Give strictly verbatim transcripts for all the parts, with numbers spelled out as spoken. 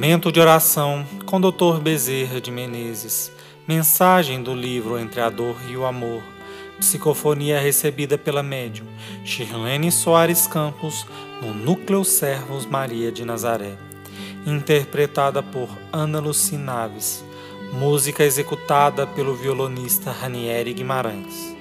Momento de oração com doutor Bezerra de Menezes. Mensagem do livro Entre a Dor e o Amor. Psicofonia recebida pela médium Shirlene Soares Campos no Núcleo Servos Maria de Nazaré. Interpretada por Ana Lucy Naves. Música executada pelo violonista Ranieri Guimarães.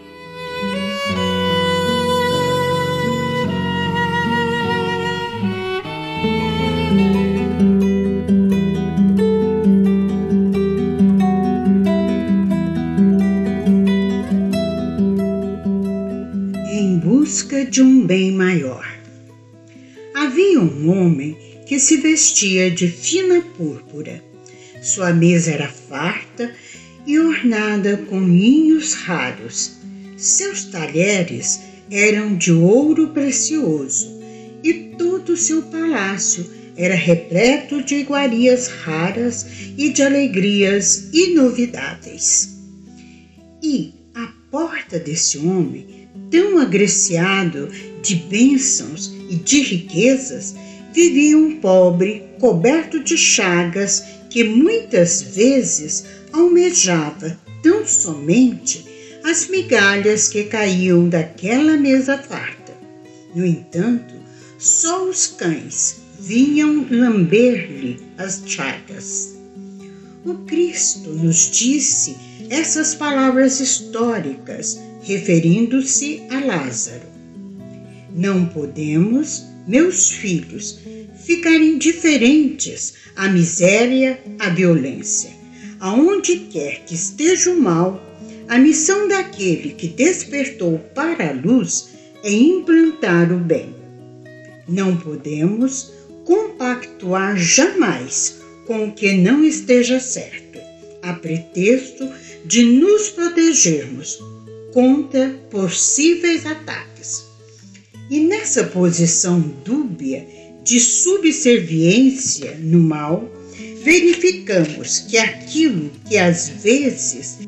Em busca de um bem maior. Havia um homem que se vestia de fina púrpura. Sua mesa era farta e ornada com ninhos raros. Seus talheres eram de ouro precioso e todo o seu palácio era repleto de iguarias raras e de alegrias inovidáveis. E à porta desse homem, tão agraciado de bênçãos e de riquezas, vivia um pobre coberto de chagas que muitas vezes almejava tão somente as migalhas que caíam daquela mesa farta. No entanto, só os cães vinham lamber-lhe as chagas. O Cristo nos disse essas palavras históricas, referindo-se a Lázaro: não podemos, meus filhos, ficar indiferentes à miséria, à violência. Aonde quer que esteja o mal, a missão daquele que despertou para a luz é implantar o bem. Não podemos compactuar jamais com o que não esteja certo, a pretexto de nos protegermos contra possíveis ataques. E nessa posição dúbia de subserviência no mal, verificamos que aquilo que às vezes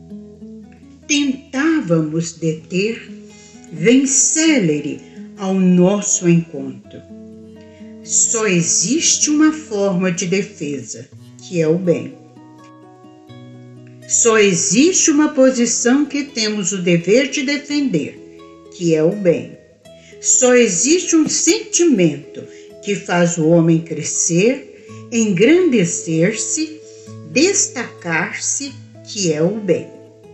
tentávamos deter vem célere ao nosso encontro. Só existe uma forma de defesa, que é o bem. Só existe uma posição que temos o dever de defender, que é o bem. Só existe um sentimento que faz o homem crescer, engrandecer-se, destacar-se, que é o bem.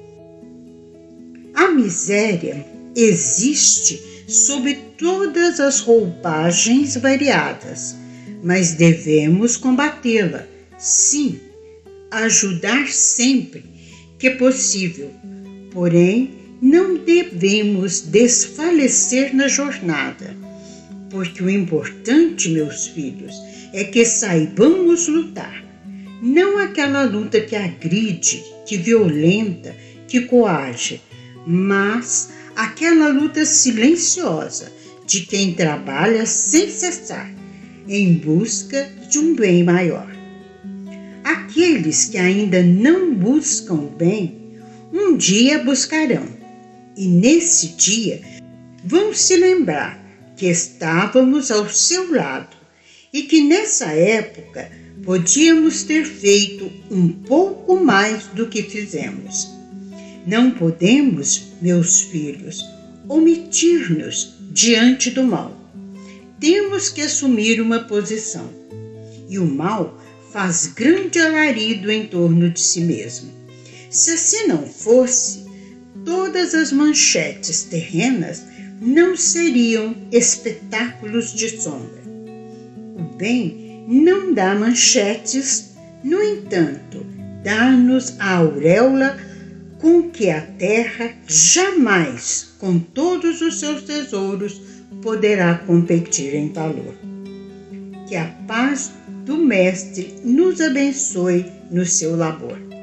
A miséria existe sob todas as roupagens variadas, mas devemos combatê-la, sim, ajudar sempre que possível, porém não devemos desfalecer na jornada, porque o importante, meus filhos, é que saibamos lutar, não aquela luta que agride, que violenta, que coage, mas aquela luta silenciosa de quem trabalha sem cessar em busca de um bem maior. Aqueles que ainda não buscam o bem, um dia buscarão, e nesse dia vão se lembrar que estávamos ao seu lado e que nessa época podíamos ter feito um pouco mais do que fizemos. Não podemos, meus filhos, omitir-nos diante do mal. Temos que assumir uma posição. E o mal faz grande alarido em torno de si mesmo. Se assim não fosse, todas as manchetes terrenas não seriam espetáculos de sombra. O bem não dá manchetes, no entanto, dá-nos a auréola com que a terra jamais, com todos os seus tesouros, poderá competir em valor. Que a paz do Mestre nos abençoe no seu labor.